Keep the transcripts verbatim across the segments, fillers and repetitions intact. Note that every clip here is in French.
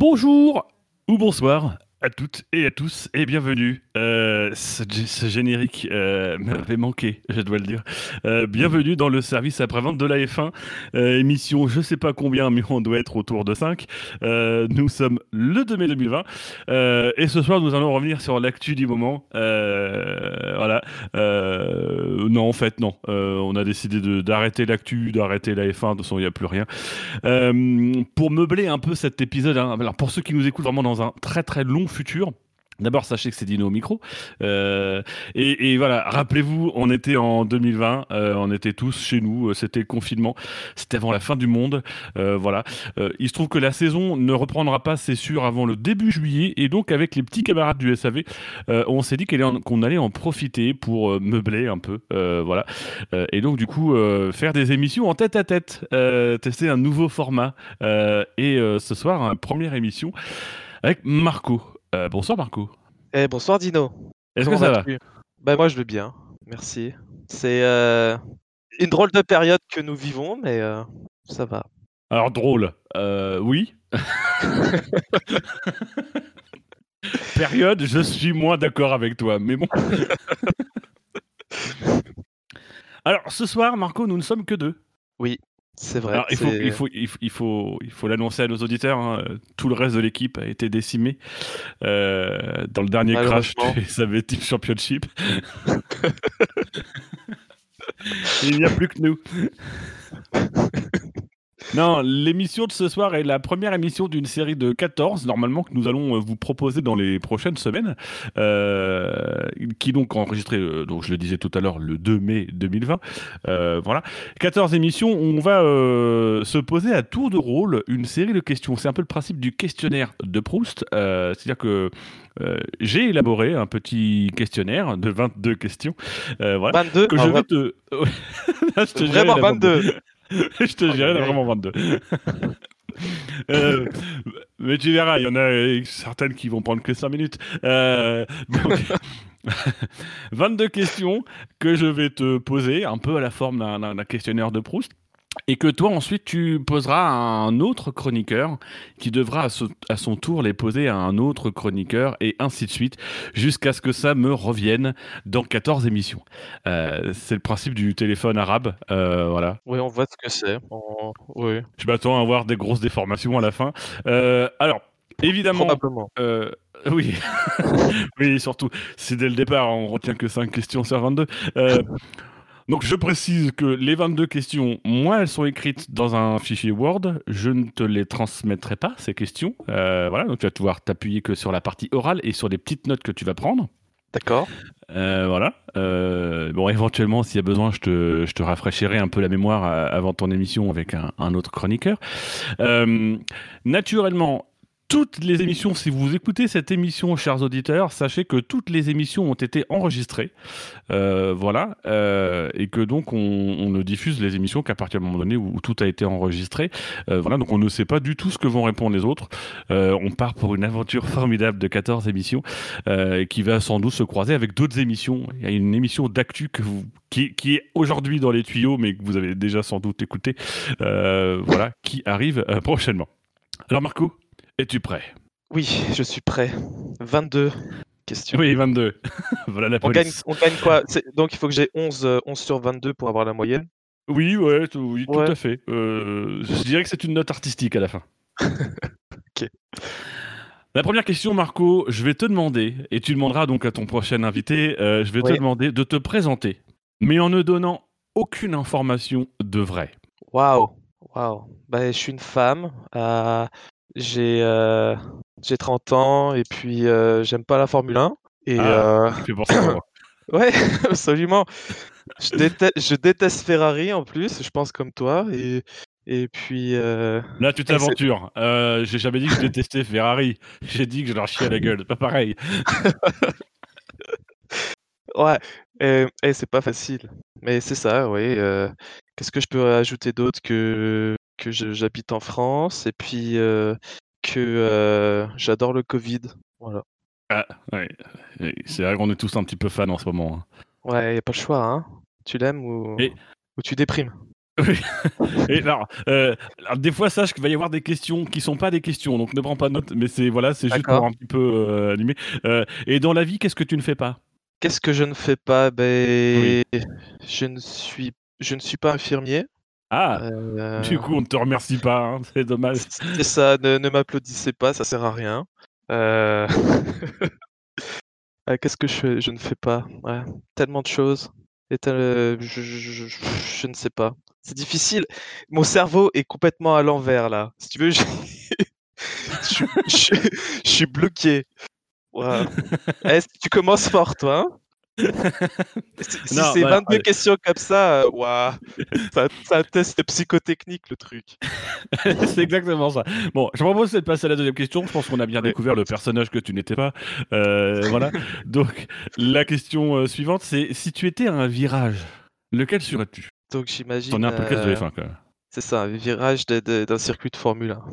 Bonjour ou bonsoir à toutes et à tous et bienvenue. Euh, ce, ce générique euh, m'avait manqué, je dois le dire. Euh, bienvenue dans le service après-vente de la F un, euh, émission je sais pas combien, mais on doit être autour de cinq. Euh, nous sommes le deux mai deux mille vingt euh, et ce soir nous allons revenir sur l'actu du moment. Euh, voilà. Euh, non, en fait, non. Euh, on a décidé de- d'arrêter l'actu, d'arrêter la F un. De toute façon, il n'y a plus rien. Euh, pour meubler un peu cet épisode, hein, alors pour ceux qui nous écoutent vraiment dans un très très long futur, d'abord sachez que c'est Dino au micro. Euh, et, et voilà, rappelez-vous, on était en deux mille vingt, euh, on était tous chez nous, euh, c'était le confinement, c'était avant la fin du monde. Euh, voilà. Euh, il se trouve que la saison ne reprendra pas, c'est sûr, avant le début juillet. Et donc, avec les petits camarades du S A V, euh, on s'est dit qu'elle est en- qu'on allait en profiter pour euh, meubler un peu. Euh, voilà. Euh, et donc, du coup, euh, faire des émissions en tête à tête, euh, tester un nouveau format. Euh, et euh, ce soir, une première émission avec Marco. Euh, bonsoir Marco. Eh, bonsoir Dino, Est-ce que comment ça va? vas-tu? Bah moi je vais bien, merci. C'est euh, une drôle de période que nous vivons, mais euh, ça va. Alors drôle, euh, oui. Période, je suis moins d'accord avec toi, mais bon. Alors ce soir, Marco, nous ne sommes que deux. Oui, c'est vrai. Alors il faut, il C'est faut, il faut, il faut, il faut l'annoncer à nos auditeurs, hein. Tout le reste de l'équipe a été décimé euh, dans le dernier crash malheureusement. du S A V Team Championship. Il n'y a plus que nous. Non, l'émission de ce soir est la première émission d'une série de quatorze, normalement, que nous allons euh, vous proposer dans les prochaines semaines, euh, qui donc enregistrée, euh, donc je le disais tout à l'heure, le deux mai deux mille vingt. Euh, voilà. quatorze émissions où on va euh, se poser à tour de rôle une série de questions. C'est un peu le principe du questionnaire de Proust. Euh, c'est-à-dire que euh, j'ai élaboré un petit questionnaire de vingt-deux questions, euh, voilà, vingt-deux? que Ah, je vais vra- te... je te dirai, vraiment il a vingt-deux. vingt-deux. Je te Aïe dirai, il aïe a aïe. vraiment vingt-deux. Euh, mais tu verras, il y en a certaines qui vont prendre que cinq minutes. Euh, donc, vingt-deux questions que je vais te poser, un peu à la forme d'un d'un- d'un questionnaire de Proust. Et que toi, ensuite, tu poseras à un autre chroniqueur qui devra à, ce- à son tour les poser à un autre chroniqueur et ainsi de suite, jusqu'à ce que ça me revienne dans quatorze émissions. Euh, c'est le principe du téléphone arabe. Euh, voilà. Oui, on voit ce que c'est. On- Oui, Je m'attends à avoir des grosses déformations à la fin. Euh, alors, évidemment, probablement. euh, oui, oui, surtout, si dès le départ on retient que cinq questions sur vingt-deux. Euh, donc, je précise que les vingt-deux questions, moi, elles sont écrites dans un fichier Word. Je ne te les transmettrai pas, ces questions. Euh, voilà, donc tu vas pouvoir t'appuyer que sur la partie orale et sur les petites notes que tu vas prendre. D'accord. Euh, voilà. Euh, bon, éventuellement, s'il y a besoin, je te, je te rafraîchirai un peu la mémoire euh, avant ton émission avec un, un autre chroniqueur. Euh, naturellement, toutes les émissions, si vous écoutez cette émission, chers auditeurs, sachez que toutes les émissions ont été enregistrées. Euh, voilà. Euh, et que donc, on, on ne diffuse les émissions qu'à partir du moment donné où, où tout a été enregistré. Euh, voilà. Donc, on ne sait pas du tout ce que vont répondre les autres. Euh, on part pour une aventure formidable de quatorze émissions euh, qui va sans doute se croiser avec d'autres émissions. Il y a une émission d'actu que vous qui, qui est aujourd'hui dans les tuyaux, mais que vous avez déjà sans doute écouté, euh, voilà, qui arrive euh, prochainement. Alors Marco, es-tu prêt? Oui, je suis prêt. vingt-deux questions. Oui, vingt-deux. Voilà la On gagne, police. on gagne quoi? C'est- Donc il faut que j'ai onze, euh, onze sur vingt-deux pour avoir la moyenne. Oui, ouais, tout, oui, tout Ouais. à fait. Euh, je dirais que c'est une note artistique à la fin. Ok. La première question, Marco, je vais te demander, et tu demanderas donc à ton prochain invité, euh, je vais te Oui. demander de te présenter, mais en ne donnant aucune information de vrai. Waouh, waouh. Bah, je suis une femme. euh, j'ai euh, j'ai trente ans et puis euh, j'aime pas la Formule un. Et Ah, euh, tu fais penser à moi. ouais, absolument. Je déteste, je déteste Ferrari en plus, je pense comme toi. Et, et puis, euh, Là, tu et c'est- t'aventures. Euh, j'ai jamais dit que je détestais Ferrari. J'ai dit que je leur chiais à la gueule. Pas pareil. ouais, et, et c'est pas facile. Mais c'est ça, oui. euh, Qu'est-ce que je peux ajouter d'autre que que je- j'habite en France et puis euh, que euh, j'adore le Covid. Voilà. Ah, ouais. C'est vrai qu'on est tous un petit peu fans en ce moment, hein. Ouais, y a pas le choix, hein. Tu l'aimes ou, Et ou tu déprimes. Oui. Et alors, heu, alors des fois sache qu'il va y avoir des questions qui sont pas des questions, donc ne prends pas de notes, mais c'est voilà, c'est juste pour D'accord. un petit peu, heu, animer. Heu et dans la vie, qu'est-ce que tu ne fais pas? Qu'est-ce que je ne fais pas? Oui. Beh, je ne suis je ne suis pas infirmier. Ah! Du Heu, coup, on ne te remercie pas, hein, c'est dommage. c c'est ça, ne ne m'applaudissez pas, ça sert à rien. Heu, heu, qu'est-ce que je fais je ne fais pas? Ouais, tellement de choses et tel heu, je je je je je ne sais pas. C'est difficile. Mon cerveau est complètement à l'envers là. Si tu veux, je je suis je suis je suis bloqué. Waouh. Eh, tu commences fort toi, hein? Si si Non, c'est bah, alors, vingt-deux heu, questions comme ça, heu, waouh, c'est un c'est un test psychotechnique le truc. c'est exactement ça. Bon, je propose de passer à la deuxième question. Je pense qu'on a bien Ouais. découvert le personnage que tu n'étais pas. Heu, voilà. Donc la question, heu, suivante, c'est si tu étais à un virage, lequel serais-tu? Donc Tu en es j'imagine, un peu le casse de heu, F un quand même. c'est ça, un virage de de d'un circuit de Formule un.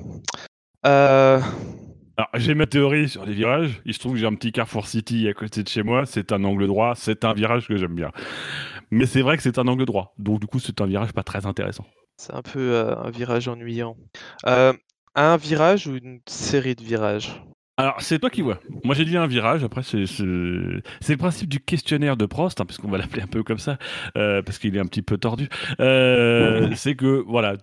Heu, Alors, j'ai ma théorie sur les virages. Il se trouve que j'ai un petit Carrefour City à côté de chez moi. C'est un angle droit. C'est un virage que j'aime bien. Mais c'est vrai que c'est un angle droit. Donc, du coup, c'est un virage pas très intéressant. c'est un peu, heu, un virage ennuyant. Heu, un virage ou une série de virages? Alors, c'est toi qui Mmh, vois. Moi, j'ai dit un virage. Après, c'est c'est c'est le principe du questionnaire de Prost, hein, puisqu'on va l'appeler un peu comme ça, euh, parce qu'il est un petit peu tordu. Euh, c'est que, voilà,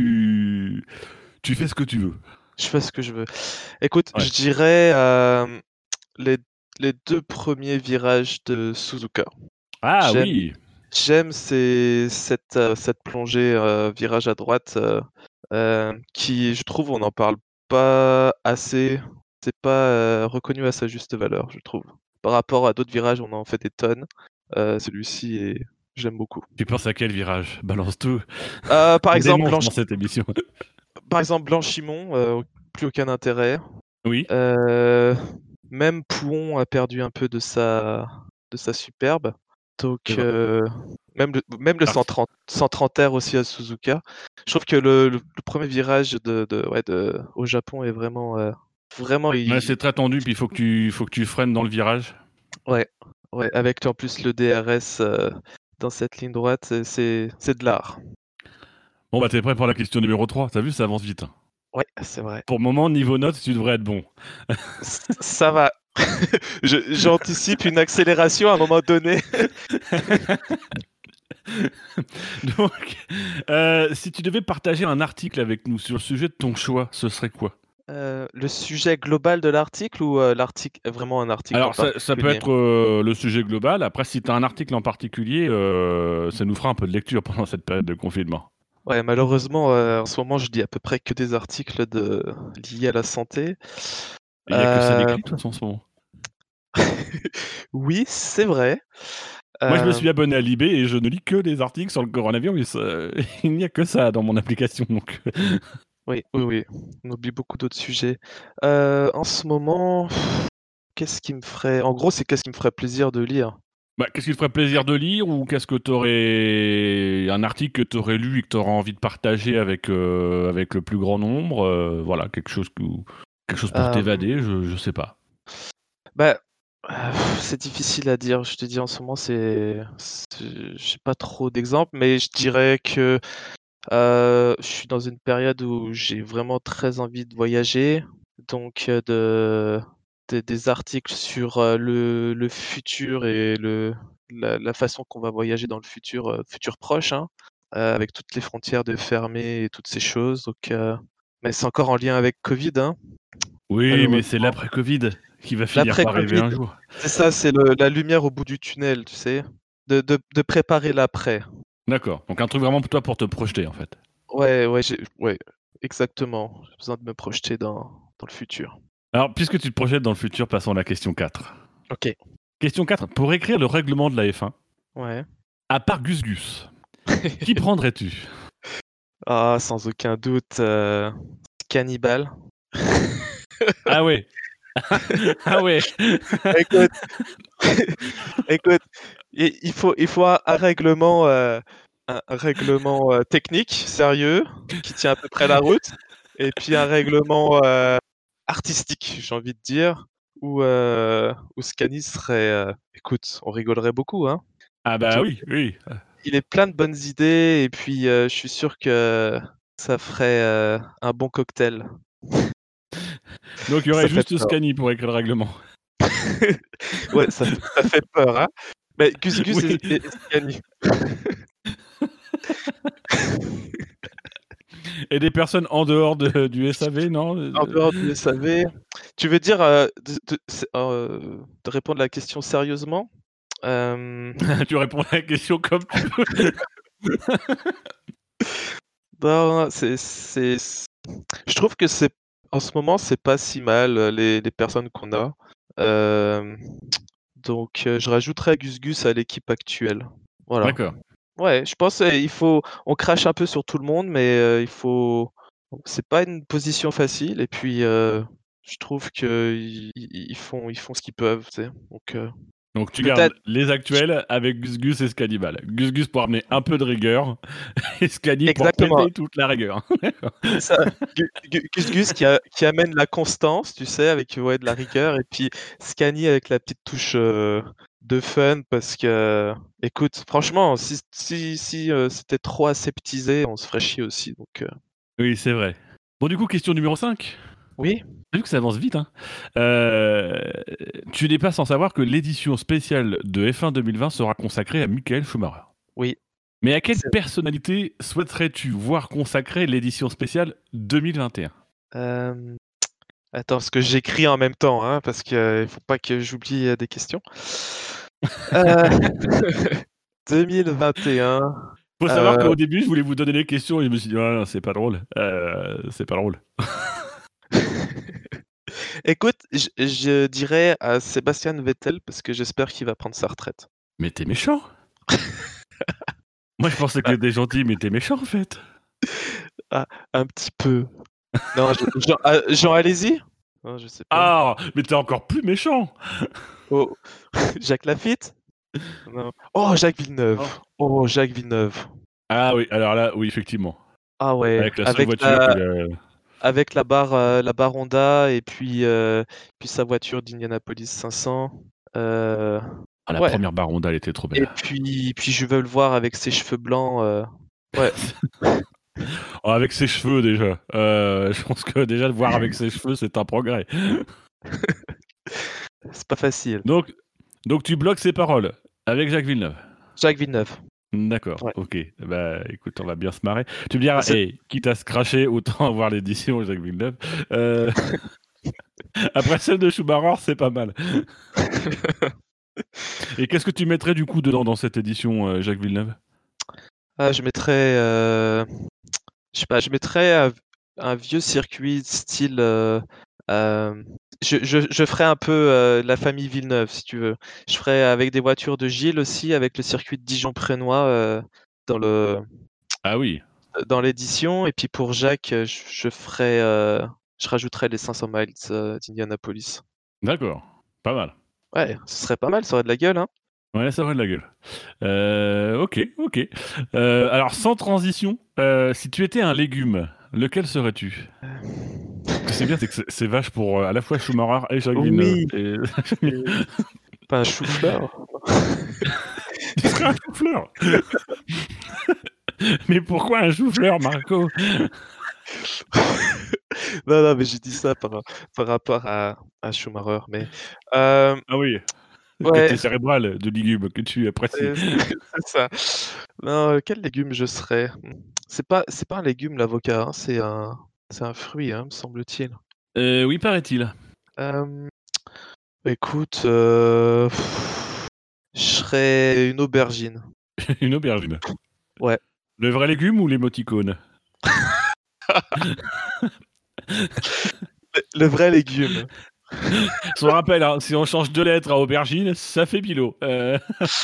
tu, tu fais ce que tu veux. je fais ce que je veux. Écoute, Ouais. je dirais, hem, les les deux premiers virages de Suzuka. Ah J'aime oui. j'aime ces cette, heu, cette plongée, heu, virage à droite, heu, heu, qui je trouve on n'en parle pas assez. C'est pas, heu, reconnu à sa juste valeur, je trouve. Par rapport à d'autres virages, on en fait des tonnes. Heu, celui-ci est j'aime beaucoup. Tu penses à quel virage? Balance tout. Heu, par On exemple démonte Blanche dans cette émission. par exemple Blanchimont, heu, plus aucun intérêt. Oui. Heu, même Pouhon a perdu un peu de sa de sa superbe. C'est Donc vrai. heu, même le même le Alors, cent trente cent trente R aussi à Suzuka. Je trouve que le le le premier virage de de ouais, de au Japon est vraiment, heu, vraiment ouais, il c'est très tendu, puis il faut que tu, faut que tu freines dans le virage. ouais, ouais, avec en plus le D R S, heu, dans cette ligne droite, c'est c'est c'est de l'art. Bon, bah, t'es prêt pour la question numéro trois. T'as vu, ça avance vite, hein. Ouais, c'est vrai. Pour le moment, niveau notes, tu devrais être bon. Ç ça va. Je j'anticipe une accélération à un moment donné. Donc, euh, si tu devais partager un article avec nous sur le sujet de ton choix, ce serait quoi? Heu, le sujet global de l'article ou, heu, l'article vraiment un article en Alors, ça, ça peut particulier? être euh, le sujet global. Après, si tu as un article en particulier, euh, ça nous fera un peu de lecture pendant cette période de confinement. Ouais, malheureusement, heu, en ce moment, je lis à peu près que des articles de liés à la santé. Il n'y a que ça Heu, d'écrit, toi, en ce moment. oui, c'est vrai. Moi, je me Hem, suis abonné à Libé et je ne lis que des articles sur le coronavirus. Euh, il n'y a que ça dans mon application. Donc, oui, oui, oui, on oublie beaucoup d'autres sujets. Heu, en ce moment, qu'est-ce qui me ferait en gros, c'est qu'est-ce qui me ferait plaisir de lire? bah, qu'est-ce qui te ferait plaisir de lire ou qu'est-ce que tu aurais. Un article que tu aurais lu et que tu aurais envie de partager avec, euh, avec le plus grand nombre euh, Voilà, quelque chose, que, quelque chose pour Hem, t'évader, je, je sais pas. bah, heu, c'est difficile à dire. Je te dis, en ce moment, c'est c'est j'ai pas trop d'exemples, mais je dirais que, heu, je suis dans une période où j'ai vraiment très envie de voyager, donc heu, de des des articles sur, heu, le le futur et le la la façon qu'on va voyager dans le futur, heu, futur proche, hein, heu, avec toutes les frontières de fermées et toutes ces choses, donc heu, mais c'est encore en lien avec Covid, hein, Oui, mais c'est malheureusement. l'après-Covid qui va finir par arriver L'après-Covid, un jour. c'est ça, c'est le la lumière au bout du tunnel, tu sais? De de de préparer l'après. D'accord. Donc un truc vraiment pour toi pour te projeter, en fait. Ouais, ouais, j'ai ouais, exactement. J'ai besoin de me projeter dans dans le futur. Alors, puisque tu te projettes dans le futur, passons à la question quatre. OK. Question quatre. Pour écrire le règlement de la F un, Ouais. à part Gus Gus, qui prendrais-tu? Ah, sans aucun doute, heu, Cannibal. Ah ouais. Ah ouais. Écoute, écoute, i il faut il faut un un règlement, heu, un un règlement, heu, technique, sérieux, qui tient à peu près la route et puis un règlement, heu, artistique, j'ai envie de dire, où, heu, où Scanny serait, heu écoute, on rigolerait beaucoup, hein. Ah bah Donc oui, oui. il est plein de bonnes idées et puis euh, je suis sûr que ça ferait euh, un bon cocktail. Donc il y aurait Ça fait juste peur. Scani pour écrire le règlement. Ouais, ça, fait- ça fait peur, hein. Mais Gus Gus Oui. et, et, et Scani. Et des personnes en dehors de- du S A V, non? En dehors du S A V, tu veux dire euh, de, de- c'est- euh, de répondre à la question sérieusement? Euh, Tu réponds à la question comme tu veux. non, c'est, c'est, c'est- je trouve que c'est en ce moment c'est pas si mal euh, les, les personnes qu'on a. Euh, donc euh, je rajouterais Gus Gus à l'équipe actuelle. Voilà. D'accord. Ouais, je pense qu'il faut, on crache un peu sur tout le monde, mais euh, il faut, c'est pas une position facile. Et puis euh, je trouve que ils, ils- ils font, ils font ce qu'ils peuvent, tu sais. Donc euh, Donc tu gardes peut-être. les actuels avec Gus Gus et Scannibal. Gus Gus pour amener un peu de rigueur et Scani pour Exactement. péter toute la rigueur. D'accord. C'est ça. Gu- Gu- Gus Gus qui, a- qui amène la constance, tu sais, avec ouais, de la rigueur, et puis Scani avec la petite touche euh, de fun, parce que, écoute, franchement, si, si, si euh, c'était trop aseptisé, on se ferait chier aussi. Donc, euh, Oui, c'est vrai. Bon, du coup, question numéro cinq. oui, T'as vu que ça avance vite, hein. Euh, Tu n'es pas sans savoir que l'édition spéciale de F un deux mille vingt sera consacrée à Michael Schumacher. oui. Mais à quelle c'est- personnalité souhaiterais-tu voir consacrer l'édition spéciale deux mille vingt et un? euh, Attends, ce que j'écris en même temps, hein, parce qu'il ne faut pas que j'oublie euh, des questions. Euh, deux mille vingt et un. Faut savoir euh, qu'au début, je voulais vous donner les questions et je me suis dit, ah, non, c'est pas drôle. Euh, c'est pas drôle. Écoute, je, je dirais à Sébastien Vettel parce que j'espère qu'il va prendre sa retraite. Mais t'es méchant. Moi, je pensais que Ah, t'étais gentil, mais t'es méchant en fait. ah, un petit peu. Non, je- Jean, ah, Jean Alési? Non, je sais pas. Ah, mais t'es encore plus méchant. Oh, Jacques Lafitte? Non. Oh, Jacques Villeneuve. Oh, Jacques Villeneuve. Ah oui, alors là, oui, effectivement. Ah ouais, Avec la seule avec voiture la, qu'il a. avec la barre, euh, la barre Honda et puis, euh, puis sa voiture d'Indianapolis cinq cents. Euh, Ah, la ouais. première Baronda, elle était trop Et belle. puis, puis je veux le voir avec ses cheveux blancs. euh, Ouais. Oh, avec ses cheveux déjà. Euh, je pense que déjà le voir avec ses cheveux, c'est un progrès. C'est pas facile. Donc, donc tu bloques ses paroles avec Jacques Villeneuve. Jacques Villeneuve. D'accord, Ouais. ok. Bah écoute, on va bien se marrer. Tu me diras, C'est- hey, quitte à se cracher, autant avoir l'édition Jacques Villeneuve. Euh, Après celle de Schumacher, c'est pas mal. Et qu'est-ce que tu mettrais du coup dedans dans cette édition, euh, Jacques Villeneuve? Ah, je mettrais, euh, je sais pas, je mettrais un, un vieux circuit style. euh, euh, je, je, je ferais un peu euh, la famille Villeneuve, si tu veux. Je ferais avec des voitures de Gilles aussi, avec le circuit de Dijon-Prénois euh, dans le Ah oui, dans l'édition. Et puis pour Jacques, euh, je, je ferais, euh, je rajouterais les cinq cents miles euh, d'Indianapolis. d'accord, pas mal. Ouais, ce serait pas mal, ça aurait de la gueule, hein. Ouais, ça aurait de la gueule. Euh, ok, ok. Euh, alors, sans transition, euh, si tu étais un légume, lequel serais-tu? Ce que c'est bien, c'est que c'est- c'est vache pour euh, à la fois Schumacher et Jacques Villeneuve. Oui, Et... euh, pas un chou-fleur. Tu serais un chou-fleur. Mais pourquoi un chou-fleur, Marco? Non, non, mais j'ai dit ça par, par rapport à, à Schumacher. Mais euh, Ah oui, ouais, côté cérébral de légumes que tu apprécies. c'est c'est ça. Non, euh, quel légume je serais? C'est pas, c'est pas un légume l'avocat, hein, c'est un, c'est un fruit, hein, me semble-t-il. Euh, oui, paraît-il. Euh, Écoute, euh, pff, je serais une aubergine. Une aubergine. Ouais. Le vrai légume ou l'émoticône? Le, le vrai légume. Je vous rappelle, hein, si on change deux lettres à aubergine, ça fait Bilo. Euh,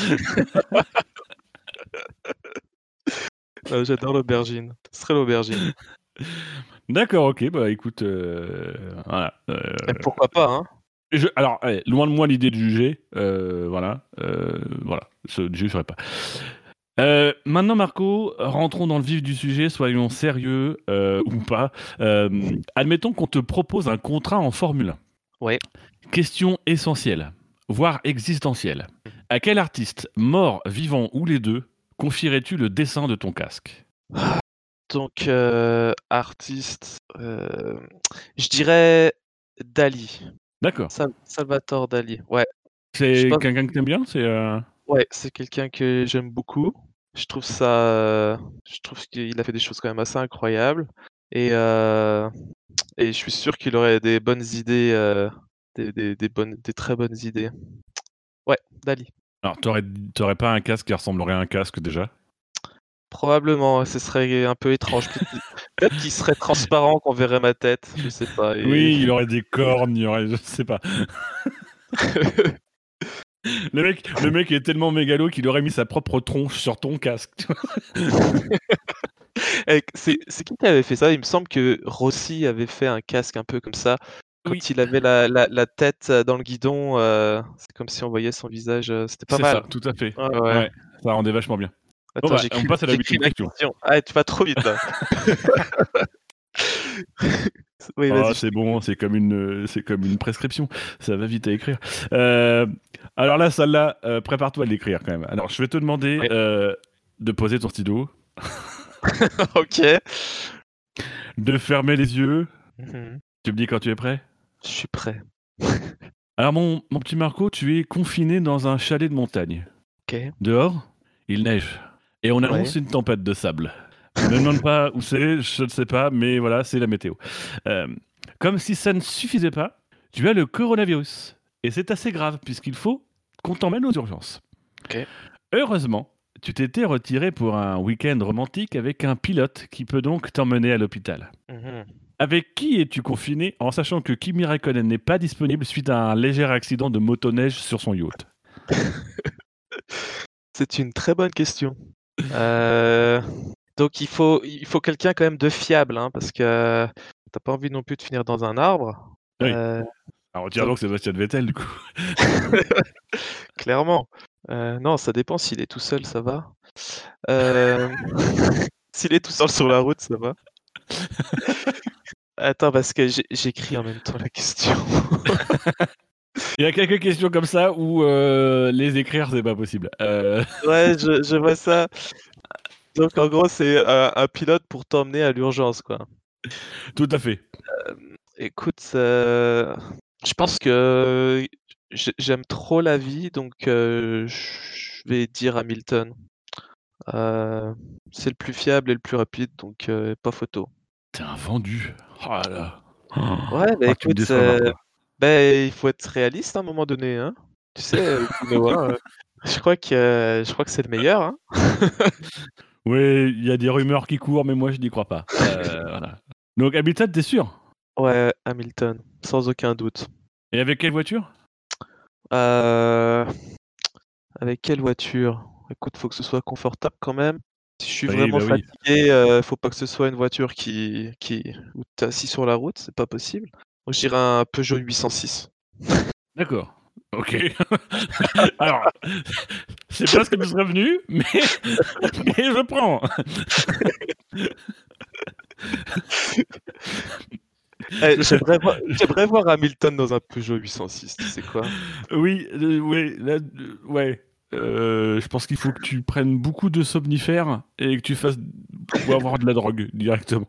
Euh, j'adore l'aubergine. Ce serait l'aubergine. D'accord, ok, bah écoute, euh, voilà. euh, Et pourquoi pas, hein? je- alors, allez, loin de moi l'idée de juger, euh, voilà, euh, voilà, je ne jugerai pas. Euh, maintenant, Marco, rentrons dans le vif du sujet, soyons sérieux euh, ou pas. Euh, admettons qu'on te propose un contrat en Formule un. Ouais. Question essentielle, voire existentielle. À quel artiste, mort, vivant ou les deux, confierais-tu le dessin de ton casque? Donc, heu, artiste, heu, je dirais Dali. D'accord. Sal Salvatore Dali, ouais. Je sais C'est pas quelqu'un que tu aimes bien? C'est, heu ouais, c'est quelqu'un que j'aime beaucoup. Je trouve ça, heu, je trouve qu'il a fait des choses quand même assez incroyables et heu et je suis sûr qu'il aurait des bonnes idées, heu, des des des bonnes des très bonnes idées. Ouais, Dali. alors tu aurais tu pas un casque qui ressemblerait à un casque déjà? Probablement, ouais, ce serait un peu étrange. Peut-être qu'il peut-être qu'il serait transparent, qu'on verrait ma tête, je sais pas et Oui, il aurait des cornes, il y aurait je sais pas. Le mec le mec est tellement mégalo qu'il aurait mis sa propre tronche sur ton casque, tu vois? et c'est c'est qui qui avait fait ça? Il me semble que Rossi avait fait un casque un peu comme ça. Oui, Quand il avait la la la tête, heu, dans le guidon, heu, c'est comme si on voyait son visage, heu, c'était pas c'est ça, mal. tout à fait. Ouais, ouais. Ouais, ça rendait vachement bien. Bon Attends, bah, on j'écris passe à la j'écris huitième la question. question. Ah, tu vas trop vite là. Oui, Oh, vas-y, je c'est bon, t'écoute. c'est comme une, heu, c'est comme une prescription, ça va vite à écrire. Heu, alors là, celle-là, heu, prépare-toi à l'écrire quand même. Alors je vais te demander, Ouais. heu, de poser ton stylo, OK. de fermer les yeux. Mmh mh. Tu me dis quand tu es prêt? Je suis prêt. Alors mon mon petit Marco, tu es confiné dans un chalet de montagne. OK. Dehors, il neige et on Ouais. annonce une tempête de sable. Me demande pas où c'est, je ne sais pas, mais voilà, c'est la météo. Hem, Comme si ça ne suffisait pas, tu as le coronavirus et c'est assez grave puisqu'il faut qu'on t'emmène aux urgences. OK. Heureusement, tu t'étais retiré pour un week-end romantique avec un pilote qui peut donc t'emmener à l'hôpital. Mmh mh. Avec qui es-tu confiné en sachant que Kimi Räikkönen n'est pas disponible suite à un léger accident de motoneige sur son yacht? C'est une très bonne question. Heu, donc il faut il faut quelqu'un quand même de fiable, hein, parce que tu as pas envie non plus de finir dans un arbre. Oui. Heu, Alors retire donc donc Sébastien Vettel du coup. clairement. Heu, non, ça dépend s'il est tout seul, ça va. Hem, s'il est tout seul sur la route, ça va. Attends, parce que j'ai j'écris en même temps la question. Il y a quelques questions comme ça où, heu, les écrire, c'est pas possible. Heu, Ouais, je je vois ça. Donc en gros, c'est un un pilote pour t'emmener à l'urgence, quoi. Tout à fait. Hem, écoute, heu, je pense que j'ai j'aime trop la vie, donc heu, je vais dire Hamilton. Heu, c'est le plus fiable et le plus rapide, donc heu, pas photo. Tu es un vendu. Oh là là. Ouais, bah, Oh, tu me écoute, déçois heu, Marco. beh, il faut être réaliste à un moment donné, hein. Tu sais, heu, Quinoa, heu, je crois que je crois que c'est le meilleur, hein. Oui, il y a des rumeurs qui courent, mais moi je n'y crois pas. Heu, voilà. Donc Hamilton, tu es sûr? Ouais, Hamilton, sans aucun doute. Et avec quelle voiture? Heu, avec quelle voiture? Écoute, faut que ce soit confortable quand même. Si je suis Oui, vraiment bah oui. fatigué, heu, faut pas que ce soit une voiture qui qui où tu es assis sur la route, c'est pas possible. Donc je dirais un Peugeot huit cent six. D'accord. OK. Alors, c'est pas ce qui me serait venu, mais mais je prends. Eh, j'aimerais voir j'aimerais voir Hamilton dans un Peugeot huit cent six, tu sais quoi? Oui, heu, ouais, là, heu, ouais, heu, je pense qu'il faut que tu prennes beaucoup de somnifères et que tu fasses ou avoir de la drogue directement.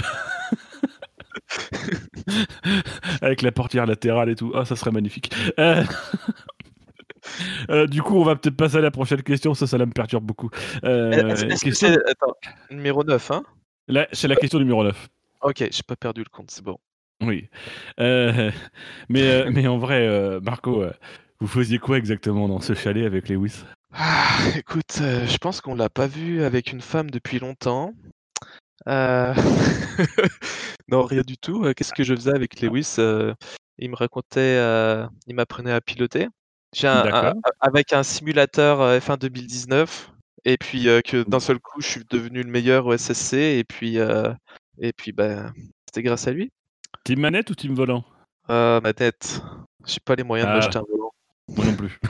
Avec la portière latérale et tout. Ah, ça serait magnifique. Heu heu, du coup, on va peut-être passer à la prochaine question, ça, ça là me perturbe beaucoup. Eh, est-ce Heu, est-ce que question c'est attends, numéro neuf, hein? là, J'ai c'est la pas question numéro neuf. OK, j'ai pas perdu le compte, c'est bon. Oui. Heu, mais heu, mais en vrai, heu, Marco, heu, vous faisiez quoi exactement dans ce chalet avec Lewis? Ah, écoute, heu, je pense qu'on l'a pas vu avec une femme depuis longtemps. Heu, non, rien du tout, heu, qu'est-ce que je faisais avec Lewis? Heu, il me racontait, heu, il m'apprenait à piloter. J'ai un un D'accord. a avec un simulateur, heu, F un deux mille dix-neuf et puis, heu, que d'un seul coup, je suis devenu le meilleur au S S C et puis, heu et puis, bah, c'était grâce à lui. Team manette ou team volant? Ah, ma tête, j'ai pas les moyens de Ah, m'acheter un volant. moi non plus.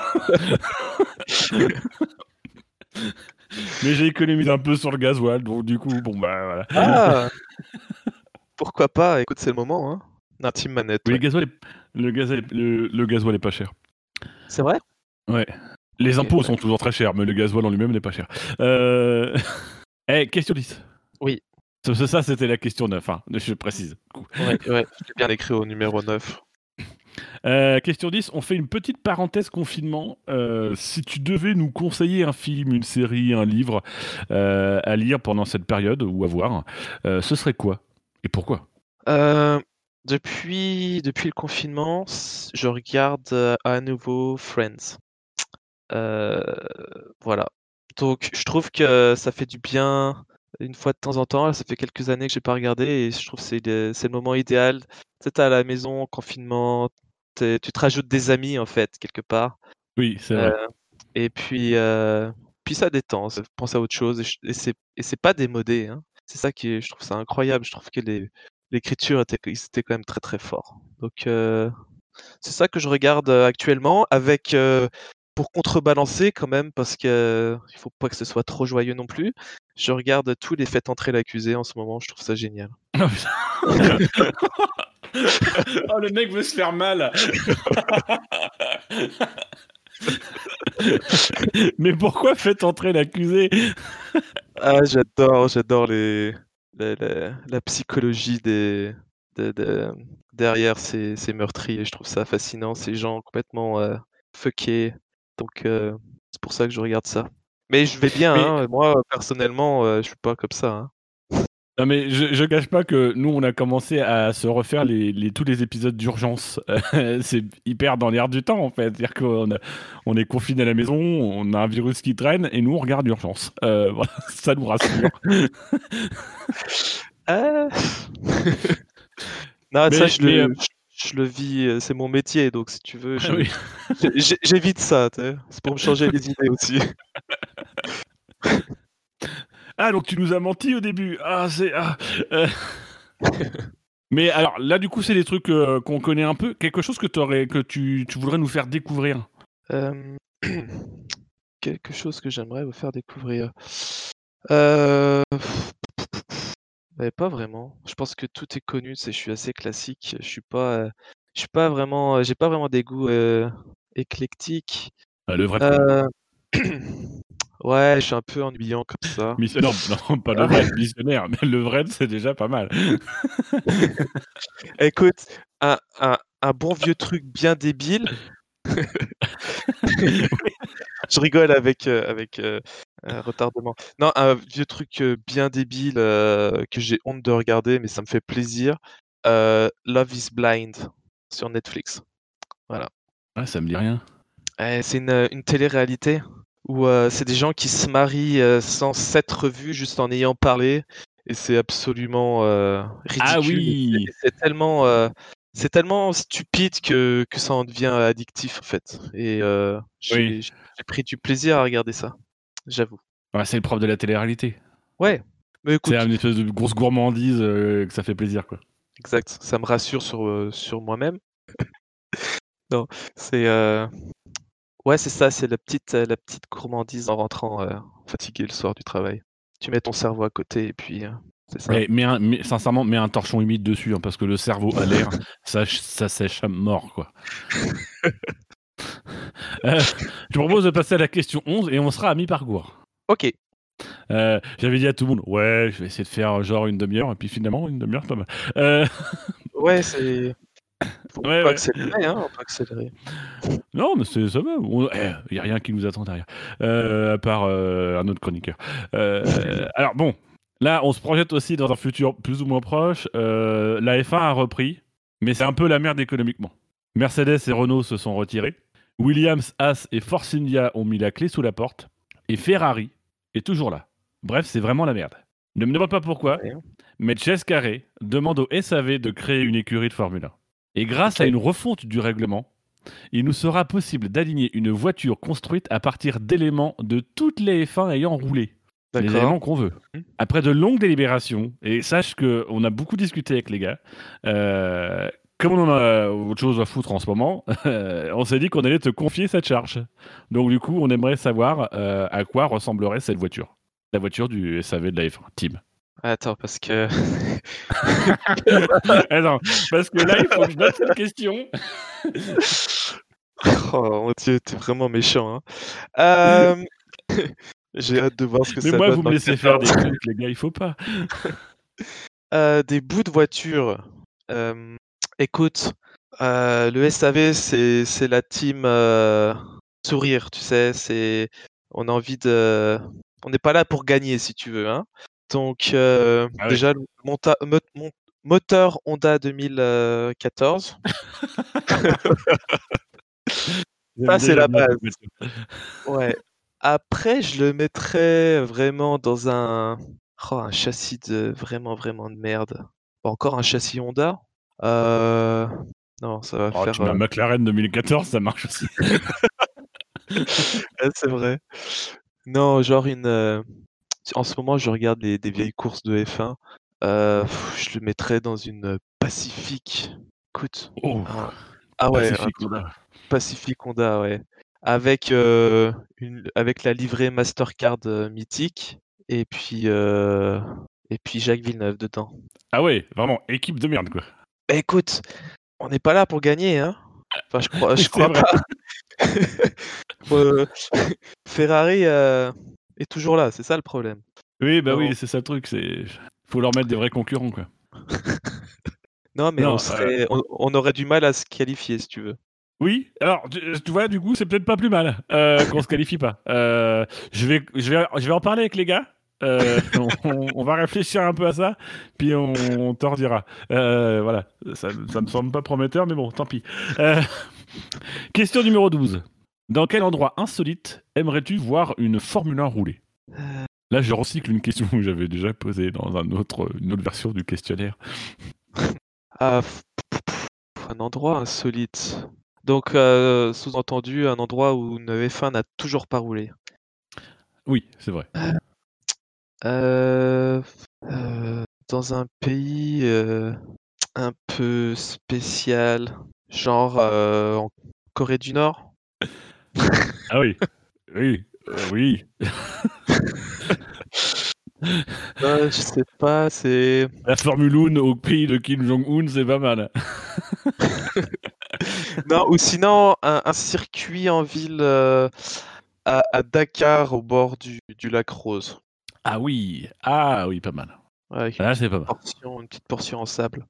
Mais j'ai économisé un peu sur le gasoil, donc du coup, bon, bah, voilà. Ah! Pourquoi pas? Écoute, c'est le moment, hein. Un team manette, Oui, le ouais. gasoil est le gasoil est le le gasoil est pas cher. C'est vrai? Ouais. Les Et impôts ouais. sont toujours très chers, mais le gasoil en lui-même n'est pas cher. Euh... Eh, question dix. Oui. Ça, ça, c'était la question neuf, hein, je précise. Ouais, ouais, je l'ai bien écrit au numéro neuf. Euh, question dix, on fait une petite parenthèse confinement. Euh, si tu devais nous conseiller un film, une série, un livre euh, à lire pendant cette période ou à voir, euh, ce serait quoi et pourquoi? Euh, depuis, depuis le confinement, s- je regarde euh, à nouveau Friends. Euh, voilà. Donc, je trouve que ça fait du bien une fois de temps en temps. Là, ça fait quelques années que j'ai pas regardé et je trouve que c'est le, c'est le moment idéal. Tu sais, t'es à la maison, confinement, t'es- tu te rajoutes des amis en fait, quelque part. Oui, c'est Euh, vrai. et puis, euh, puis ça détend, ça pense à autre chose et, je- et c'est et c'est pas démodé, hein. C'est ça qui est, je trouve ça incroyable. Je trouve que les, l'écriture était, c'était quand même très très fort. Donc, euh, c'est ça que je regarde euh, actuellement, avec euh, pour contrebalancer quand même, parce que euh, il faut pas que ce soit trop joyeux non plus. Je regarde tous les Faites entrer l'accusé en ce moment. Je trouve ça génial. Oh, putain. Oh, le mec veut se faire mal. Mais pourquoi faites entrer l'accusé? Ah, j'adore, j'adore les, la, la- la psychologie des, de- de- derrière ces, ces meurtriers. Je trouve ça fascinant, ces gens complètement euh, fuckés. Donc, euh, c'est pour ça que je regarde ça. Mais je vais bien, Mais hein. Moi, personnellement, euh, je suis pas comme ça, hein. non, mais je, je cache pas que nous, on a commencé à se refaire les, les- tous les épisodes d'urgence. Euh, c'est hyper dans l'air du temps, en fait. C'est-à-dire qu'on a- on est confiné à la maison, on a un virus qui traîne, et nous, on regarde Urgence. Euh, voilà, ça nous rassure. Ah. Non, ça, Mais, je mais euh, le, je, je le vis, euh, c'est mon métier, donc si tu veux, ah je, oui. j'ai- j'ai- j'évite ça, tu sais. C'est pour me changer les idées aussi. Ah, donc tu nous as menti au début. Ah, c'est. Ah, euh. Mais alors, là, du coup, c'est des trucs euh, qu'on connaît un peu. Quelque chose que, t'aurais- que tu, tu voudrais nous faire découvrir. Euh, quelque chose que j'aimerais vous faire découvrir. Euh... mais pas vraiment. Je pense que tout est connu, c'est, je suis assez classique. Je suis pas, euh, je suis pas vraiment, euh, j'ai pas vraiment des goûts euh, éclectiques. Ah, le vrai, quoi. Euh... ouais, je suis un peu ennuyant comme ça. Miss- non, non, pas le vrai, missionnaire. Mais le vrai, c'est déjà pas mal. Écoute, un, un, un bon vieux truc bien débile. Je rigole avec, euh, avec euh, euh, retardement. Non, un vieux truc euh, bien débile euh, que j'ai honte de regarder, mais ça me fait plaisir. Euh, Love is Blind sur Netflix. Voilà. Ah, ça me dit rien. Euh, c'est une, une télé-réalité où euh, c'est des gens qui se marient euh, sans s'être vus, juste en ayant parlé. Et c'est absolument euh, Ah ridicule. Et oui. c'est tellement, euh, c'est tellement stupide que, que ça en devient addictif, en fait. Et euh, Oui. j'ai, j'ai pris du plaisir à regarder ça, j'avoue. Ouais, c'est le propre de la télé-réalité. Ouais, mais C'est écoute, une espèce de grosse gourmandise euh, que ça fait plaisir, quoi. exact, ça me rassure sur, euh, sur moi-même. Non, c'est euh, ouais, c'est ça, c'est la petite, euh, la petite gourmandise en rentrant euh, fatigué le soir du travail. Tu mets ton cerveau à côté et puis euh, c'est ça. Mais, mais, un- mais sincèrement, mets un torchon humide dessus, hein, parce que le cerveau à l'air, ça, ça sèche à mort, quoi. Euh, je propose de passer à la question onze et on sera à mi-parcours. Ok, Euh, J'avais dit à tout le monde, ouais, je vais essayer de faire genre une demi-heure, et puis finalement, une demi-heure, c'est pas mal. Euh, ouais, c'est. Faut ouais, pas ouais. accélérer, hein, on peut accélérer. Non, mais c'est, ça va. Il n'y a rien qui nous attend derrière, euh, à part euh, un autre chroniqueur. Euh, alors bon, là, on se projette aussi dans un futur plus ou moins proche. Euh, la F un a repris, mais c'est un peu la merde économiquement. Mercedes et Renault se sont retirés. Williams, Haas et Force India ont mis la clé sous la porte. Et Ferrari est toujours là. Bref, c'est vraiment la merde. Ne me demande pas pourquoi, Ouais. mais Chase Carey demande au S A V de créer une écurie de Formule un. Et grâce Ok. à une refonte du règlement, il nous sera possible d'aligner une voiture construite à partir d'éléments de toutes les F un ayant roulé. Les D'accord. éléments qu'on veut. Mhm. Après de longues délibérations, et sache qu'on a beaucoup discuté avec les gars, euh, comme on en a autre chose à foutre en ce moment, on s'est dit qu'on allait te confier cette charge. Donc du coup, on aimerait savoir euh, à quoi ressemblerait cette voiture. La voiture du S A V de la F un, Team. Attends, parce que. Attends, parce que là, il faut que je note cette question. Oh mon Dieu, t'es vraiment méchant, hein. Hem, j'ai hâte de voir ce que Mais ça moi, donne vous me dans le laissez faire des quatorze. trucs, les gars, il faut pas. Heu, des bouts de voiture, hem, écoute, heu, le S A V, c'est c'est la team, heu, sourire, tu sais? C'est on a envie de on n'est pas là pour gagner, si tu veux, hein. Donc heu, Ah ouais. déjà le monta mot mon moteur Honda deux mille quatorze. J'aime Ça, c'est déjà la bien base. cette voiture. Ouais. Après, je le mettrais vraiment dans un oh, un châssis de vraiment, vraiment de merde. Encore un châssis Honda? Heu, non, ça va Oh, faire, tu mets un heu McLaren deux mille quatorze, ça marche aussi. ouais, c'est vrai. Non, genre une, heu, en ce moment, je regarde les des vieilles courses de F un, heu, je le mettrais dans une, heu, Pacific. Écoute, Oh, un ah ouais, un Pacifique truc Honda. Pacific Honda, ouais. Avec, heu, une avec la livrée Mastercard, heu, mythique et puis, heu et puis Jacques Villeneuve dedans. Ah ouais, vraiment, équipe de merde, quoi. Bah, écoute, on n'est pas là pour gagner, hein? Enfin, je crois Oui, je c'est crois vrai. pas. Heu, Ferrari, heu, est toujours là, c'est ça le problème. Oui, bah Non, oui, c'est ça le truc, c'est faut leur mettre des vrais concurrents, quoi. non, mais on Non, heu, serait on on aurait du mal à se qualifier si tu veux. oui, alors tu tu vois, du coup, c'est peut-être pas plus mal, heu, qu'on se qualifie pas. Heu, je vais je vais je vais en parler avec les gars, heu, on on va réfléchir un peu à ça, puis on on te redira. Heu, voilà, ça ça me semble pas prometteur, mais bon, tant pis. Heu, question numéro douze. Dans quel endroit insolite aimerais-tu voir une Formule un rouler? Heu, Là, je recycle une question que j'avais déjà posée dans un autre une autre version du questionnaire. ah, f- un endroit insolite. Donc, heu, sous-entendu, un endroit où une F un n'a toujours pas roulé. Oui, c'est vrai. Heu, heu, dans un pays, heu, un peu spécial, genre, heu, en Corée du Nord? Ah oui, oui, heu, oui. Heu, je sais pas, c'est La Formule un au pays de Kim Jong-un, c'est pas mal. non, ou sinon un un circuit en ville, heu, à à Dakar, au bord du du lac Rose. Ah oui, ah oui, pas mal. Ouais, avec une Ah, petite c'est pas mal. portion une petite portion en sable.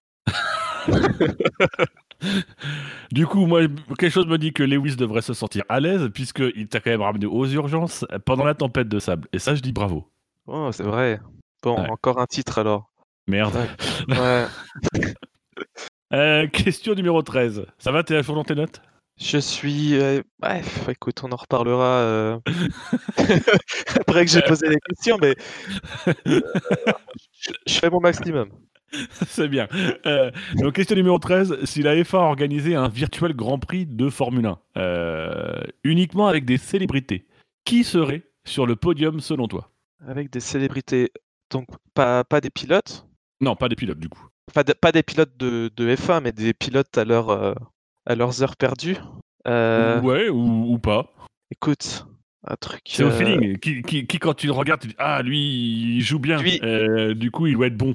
Du coup, moi, quelque chose me dit que Lewis devrait se sentir à l'aise puisqu'il t'a quand même ramené aux urgences pendant la tempête de sable. Et ça, je dis bravo. Oh, c'est vrai. Bon, Ouais, encore un titre alors. merde. Ouais, ouais. Heu, question numéro treize. Ça va, tu es à jour dans tes notes? Je suis, heu, ouais, écoute, on en reparlera, heu, après que j'ai posé les questions, mais je je fais mon maximum. C'est bien. Heu, donc question numéro treize, si la F un organisait un virtuel Grand Prix de Formule un, heu, uniquement avec des célébrités, qui serait sur le podium selon toi? Avec des célébrités, donc pas pas des pilotes, Non, pas des pilotes du coup. pas de pas des pilotes de de F un, mais des pilotes à leur, heu, à leurs heures perdues. Heu, Ouais, ou ou pas. écoute, un truc, C'est au heu, feeling. Qui qui qui quand tu le regardes, tu dis: «Ah lui, il joue bien, lui, heu, du coup il doit être bon».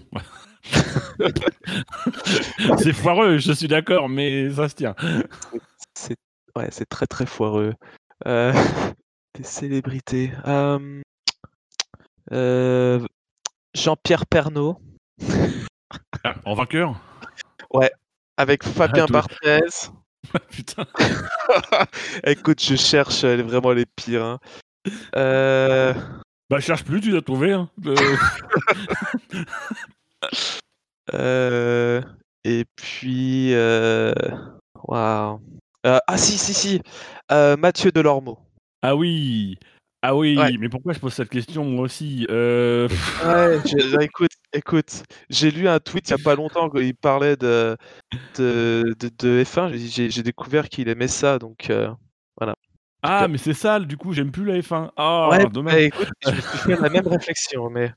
C'est foireux, je suis d'accord, mais ça se tient. c'est c'est ouais, c'est très, très foireux. Heu, des célébrités, hem, heu, Jean-Pierre Pernaut. Ah, en vainqueur? Ouais, avec Ah Fabien toi Barthez. putain. Écoute, je cherche, heu, vraiment les pires, hein. Heu, Bah cherche plus, tu l'as trouvé, hein. Heu, heu et puis, heu, waouh, heu, ah si, si, si, heu, Mathieu Delormeau. ah oui! Ah Ouais, oui, mais pourquoi je pose cette question moi aussi? Heu, ouais, je bah, écoute écoute, j'ai lu un tweet il y a pas longtemps où il parlait de de de de F un, j'ai dit j'ai j'ai découvert qu'il aimait ça donc heu, voilà, en tout ah cas. mais c'est ça, du coup j'aime plus la F un. Ouais, Ah dommage. bah, écoute, je me suis fait la même réflexion, mais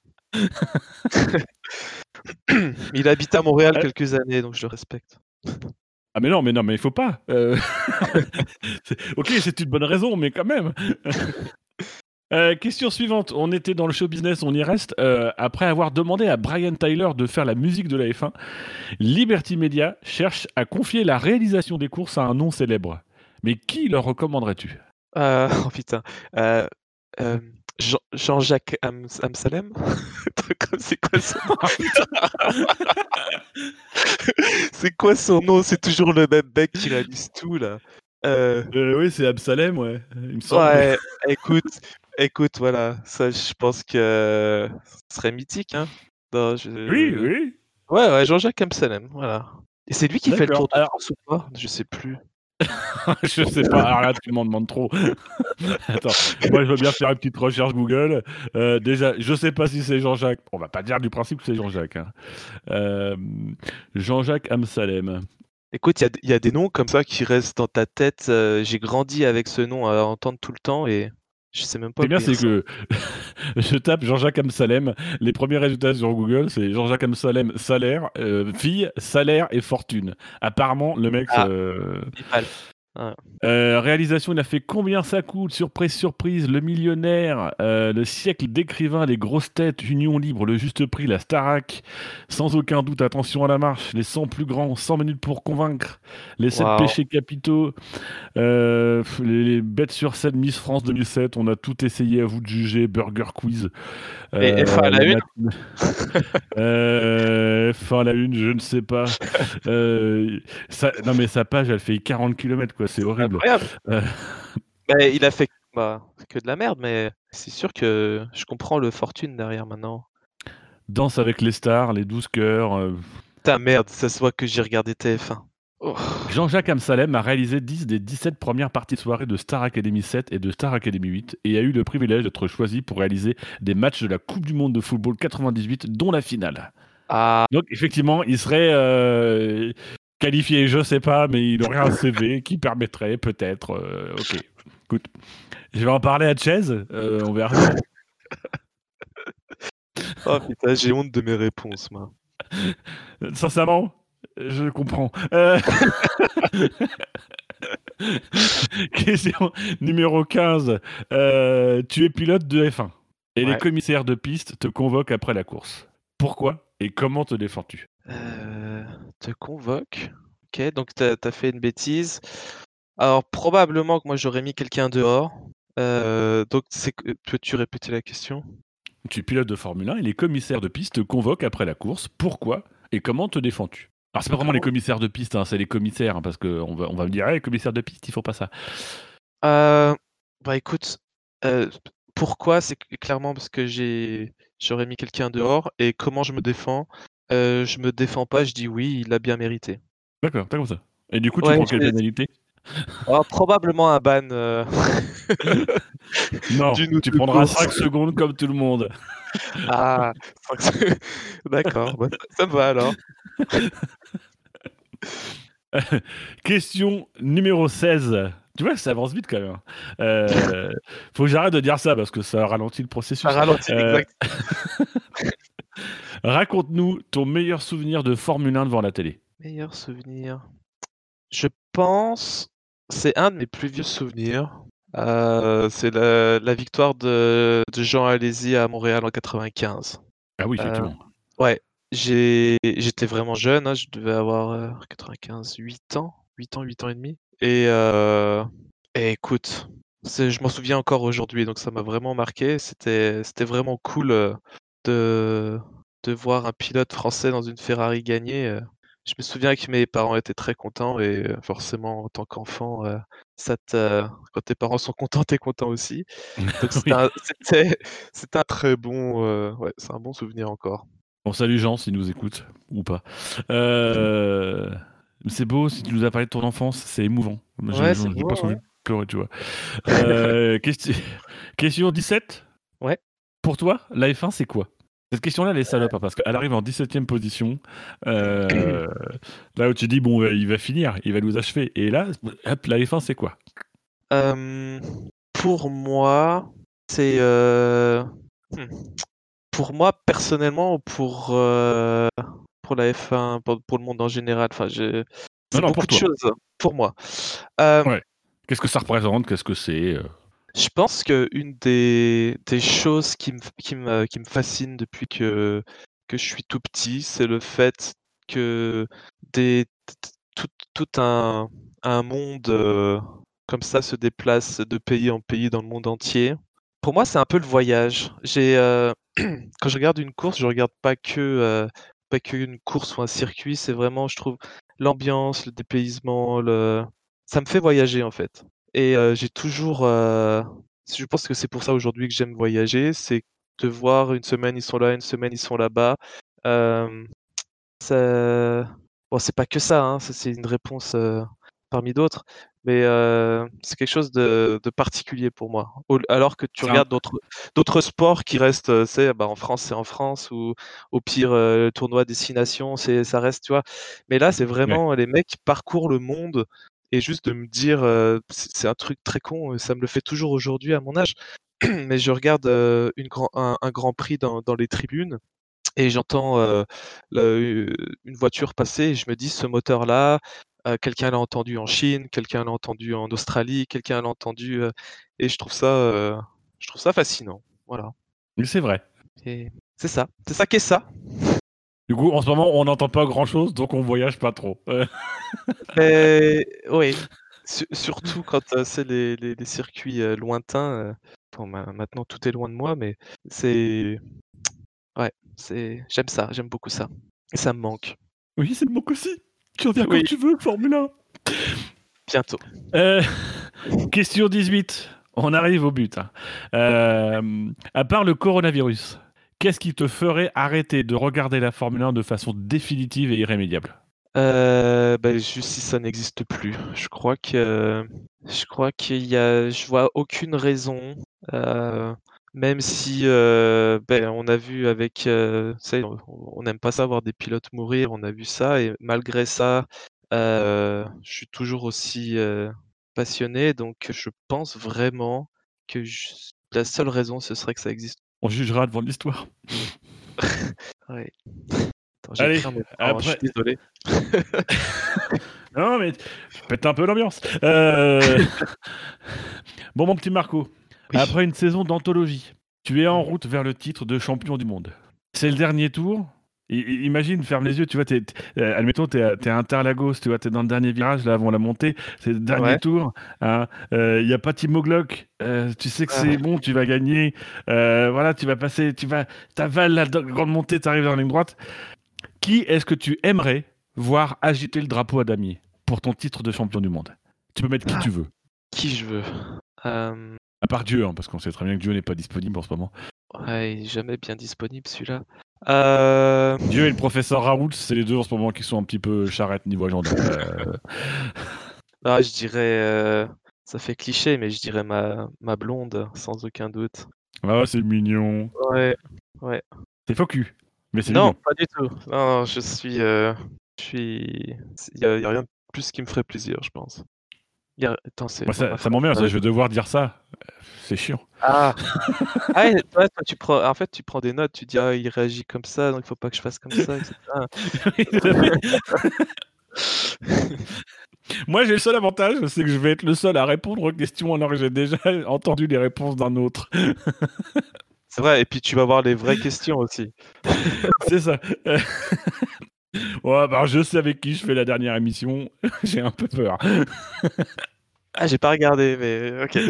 il a habité à Montréal Heu, quelques années, donc je le respecte. ah mais non, mais non, mais il faut pas, heu, c'est OK, c'est une bonne raison, mais quand même. Heu, question suivante, on était dans le show business, on y reste. Heu, après avoir demandé à Brian Tyler de faire la musique de la F un, Liberty Media cherche à confier la réalisation des courses à un nom célèbre. Mais qui leur recommanderais-tu? Heu, oh putain, heu, hem, Jean Jean-Jacques Am Amsalem? C'est quoi son nom? Ah putain! C'est quoi son nom? C'est toujours le même mec qui réalise tout là. Heu, Heu, oui, c'est Absalem, ouais, il me semble. ouais, écoute écoute, voilà, ça je pense que ce serait mythique, hein. Non, Oui, je oui, ouais, ouais, Jean-Jacques Amsalem, voilà. Et c'est lui qui fait le d'accord. Tour de Alors, France ou pas? Je sais plus. je sais pas, alors là, tu m'en demandes trop. Attends, moi, je veux bien faire une petite recherche Google. Heu, déjà, je sais pas si c'est Jean-Jacques. On va pas dire du principe que c'est Jean-Jacques, hein. Hem, Jean-Jacques Amsalem. Écoute, il y a d il y a des noms comme ça qui restent dans ta tête, heu, j'ai grandi avec ce nom à entendre tout le temps et je sais même pas Ce à qui est bien, quoi il c'est ressemble. que je tape Jean-Jacques Amsalem, les premiers résultats sur Google, c'est Jean-Jacques Amsalem salaire, heu, fille, salaire et fortune. Apparemment, le mec, Ah, heu Népal. Ouais. Heu, réalisation, il a fait Combien ça coûte? Surprise, surprise, Le Millionnaire, heu, Le siècle d'écrivain, Les grosses têtes, Union libre, Le juste prix, La Starac, Sans aucun doute, Attention à la marche, Les cent plus grands, Cent minutes pour convaincre, Les sept Waouh. péchés capitaux, heu, les les bêtes sur scène, Miss France deux mille sept, On a tout essayé, à vous de juger, Burger Quiz, Et F un à heu, la La une? matinée heu, F un à la une, je ne sais pas, heu, sa non mais sa page, elle fait quarante kilomètres quoi, c'est horrible, Incroyable. heu Beh, il a fait bah, que de la merde, mais c'est sûr que je comprends le fortune derrière maintenant. Danse avec les stars, Les douze cœurs, heu, Putain merde, ça se voit que j'ai regardé T F un. Oh. Jean-Jacques Amsalem a réalisé dix des dix-sept premières parties de soirée de Star Academy sept et de Star Academy huit et a eu le privilège d'être choisi pour réaliser des matchs de la Coupe du monde de football quatre-vingt-dix-huit, dont la finale. Ah, Donc effectivement, il serait, heu, qualifié, je sais pas, mais il aurait un C V qui permettrait peut-être, heu, OK. Écoute, je vais en parler à Chaise, heu, on verra bien. oh putain, j'ai honte de mes réponses, moi. Sincèrement, je comprends. Heu Question numéro quinze. Heu, tu es pilote de F un et les Ouais. commissaires de piste te convoquent après la course. Pourquoi et comment te défends-tu? Heu, te convoque. OK, donc tu as tu as fait une bêtise. Alors probablement que moi j'aurais mis quelqu'un dehors. Heu, donc c'est que peux-tu répéter la question? Tu es pilote de Formule un et les commissaires de piste te convoquent après la course. Pourquoi et comment te défends-tu? Alors c'est pas vraiment les Comment commissaires de piste, hein, c'est les commissaires, hein, parce qu'on va on va me dire: «Hey, commissaire de piste, ils font pas ça». Heu, Bah, écoute, heu, pourquoi? C'est c clairement parce que j'ai j'aurais mis quelqu'un dehors et comment je me défends? Heu, je me défends pas, je dis: «Oui, il l'a bien mérité». D'accord, tu comme ça. Et du coup, tu Ouais, prends je quelle vais pénalité? oh, probablement un ban, heu, Non, d'une ou tu deux prendras courses. cinq secondes comme tout le monde. Ah, d'accord, bah, ça ça me va alors. Question numéro seize. Tu vois, ça avance vite quand même, hein. Heu, faut que j'arrête de dire ça parce que ça ralentit le Ça processus. ralentit, Heu, exact. raconte-nous ton meilleur souvenir de Formule un devant la télé. Meilleur souvenir? Je pense, c'est un de mes plus vieux souvenirs. Heu, c'est la la victoire de de Jean Alesi à Montréal en quatre-vingt-quinze. Ah oui, Heu, effectivement. ouais, j'ai j'étais vraiment jeune, hein, je devais avoir, heu, quatre-vingt-quinze, huit ans, huit ans, huit ans et demi et heu et écoute, c'est je m'en souviens encore aujourd'hui, donc ça m'a vraiment marqué. C'était c'était vraiment cool, heu, de de voir un pilote français dans une Ferrari gagner, heu. Je me souviens que mes parents étaient très contents et heu, forcément en tant qu'enfant, heu, ça te quand tes parents sont contents, tu es content aussi. Donc c'était Oui. un c'était c'était un très bon, heu, ouais, c'est un bon souvenir encore. Bon, salut Jean, s'il nous écoute ou pas. Heu, c'est beau, si tu nous as parlé de ton enfance, c'est émouvant. Moi, j'ai Ouais, c'est j'en j'ai beau, presque ouais. envie de pleurer, tu vois? Heu, questi question dix-sept. Ouais. Pour toi, la F un, c'est quoi? Cette question-là, elle est salope, hein, parce qu'elle arrive en dix-septième position, heu, là où tu dis: «Bon, heu, il va finir, il va nous achever» et là, hop, la F un, c'est quoi? Hem, pour moi, c'est, heu, mmh, pour moi personnellement ou pour, heu, pour la F un, pour pour le monde en général, enfin je Non, c'est non, beaucoup pour de toi. choses pour moi. Hem, Ouais. Qu'est-ce que ça représente? Qu'est-ce que c'est, heu? je pense qu'une des des choses qui me f qui me qui me fascine depuis que que je suis tout petit, c'est le fait que des t t tout tout un un monde, heu comme ça, se déplacent de pays en pays dans le monde entier. Pour moi, c'est un peu le voyage. J'ai, heu, quand je regarde une course, je regarde pas que, heu, pas qu'une course ou un circuit, c'est vraiment, je trouve, l'ambiance, le dépaysement, le ça me fait voyager, en fait et heu, j'ai toujours, heu, je pense que c'est pour ça aujourd'hui que j'aime voyager, c'est de voir une semaine ils sont là, une semaine ils sont là-bas. Hem, ça bon, c'est pas que ça, hein, ça c'est une réponse, heu, parmi d'autres, mais heu, c'est quelque chose de de particulier pour moi. Au alors que tu C'est un- regardes d'autres d'autres sports qui restent, heu, tu sais, bah, en France, c'est en France ou au pire, heu, le tournoi destination, c'est ça reste, tu vois? Mais là, c'est ouais. vraiment les mecs qui parcourent le monde et juste de me dire, heu, c'est c'est un truc très con, ça me le fait toujours aujourd'hui à mon âge, mais je regarde, heu, une grand un un grand prix dans dans les tribunes et j'entends, heu, le une voiture passer et je me dis: «Ce moteur-là, heu, quelqu'un l'a entendu en Chine, quelqu'un l'a entendu en Australie, quelqu'un l'a entendu», heu et je trouve ça, heu, je trouve ça fascinant. Voilà Mais c'est vrai. et c'est ça, c'est ça qu'est ça. Du coup, en ce moment, on n'entend pas grand-chose, donc on voyage pas trop. Euh, Beh, oui, su surtout quand, heu, c'est les les les circuits, heu, lointains, heu, bon, ma maintenant tout est loin de moi, mais c'est ouais, c'est j'aime ça, j'aime beaucoup ça et ça me manque. Oui, c'est le manque aussi. Tu reviens quand Oui, tu veux, Formule un. bientôt. Euh, question dix-huit. On arrive au but, hein. Euh, à part le coronavirus, qu'est-ce qui te ferait arrêter de regarder la Formule un de façon définitive et irrémédiable? Heu, bah, juste si ça n'existe plus. Je crois que je crois qu'il y a je vois aucune raison, heu, même si, heu, beh, on a vu avec, heu, tu sais, on on n'aime pas ça voir des pilotes mourir, on a vu ça et malgré ça, heu, je suis toujours aussi, heu, passionné donc je pense vraiment que j la seule raison ce serait que ça existe. On jugera devant l'histoire. Ouais. Attends, Allez, j'écris en même temps, hein, je suis après. désolé. Non, mais pète un peu l'ambiance. Euh, Bon, mon petit Marco, Oui. après une saison d'anthologie, tu es en Mmh. route vers le titre de champion du monde. C'est le dernier tour. I- i- imagine, ferme les yeux, tu vois, t'es, t'es- euh, admettons, t'es à, t'es à Interlagos, tu vois, t'es dans le dernier virage, là, avant la montée, c'est le dernier Ouais. tour. Il n'y a pas Timo Glock, euh, tu sais que Ah. c'est bon, tu vas gagner. Euh, voilà, tu vas passer, tu vas, t'avales la do- grande montée, t'arrives dans la ligne droite. Qui est-ce que tu aimerais voir agiter le drapeau à damier pour ton titre de champion du monde? Tu peux mettre qui Ah, tu veux. qui je veux? Hem, À part Dieu, hein, parce qu'on sait très bien que Dieu n'est pas disponible en ce moment. ouais, il est jamais bien disponible celui-là. Heu, Dieu et le professeur Raoult, c'est les deux en ce moment qui sont un petit peu charrettes niveau agenda. Euh, ah, je dirais, heu, ça fait cliché, mais je dirais ma ma blonde, sans aucun doute. Ah, c'est mignon. Ouais, ouais. C'est faux cul, mais c'est Non, mignon. pas du tout. Non, non, je suis, heu, je suis il y a il y a rien de plus qui me ferait plaisir, je pense. Il y a attends, c'est Moi, bon, ça, ma ça phrase m'emmerde, ça, m'arrête. je vais devoir dire ça. Euh, C'est chiant. Ah! Ah ouais, toi toi tu prends en fait, tu prends des notes, tu dis: «Ah, il réagit comme ça, donc il faut pas que je fasse comme ça» et cetera. Oui, tout à fait. Moi, j'ai le seul avantage, c'est que je vais être le seul à répondre aux questions alors que j'ai déjà entendu les réponses d'un autre. C'est vrai et puis tu vas voir les vraies questions aussi. C'est ça. Euh, Ouais, bah, je sais avec qui je fais la dernière émission. J'ai un peu peur. Ah, j'ai pas regardé, mais OK.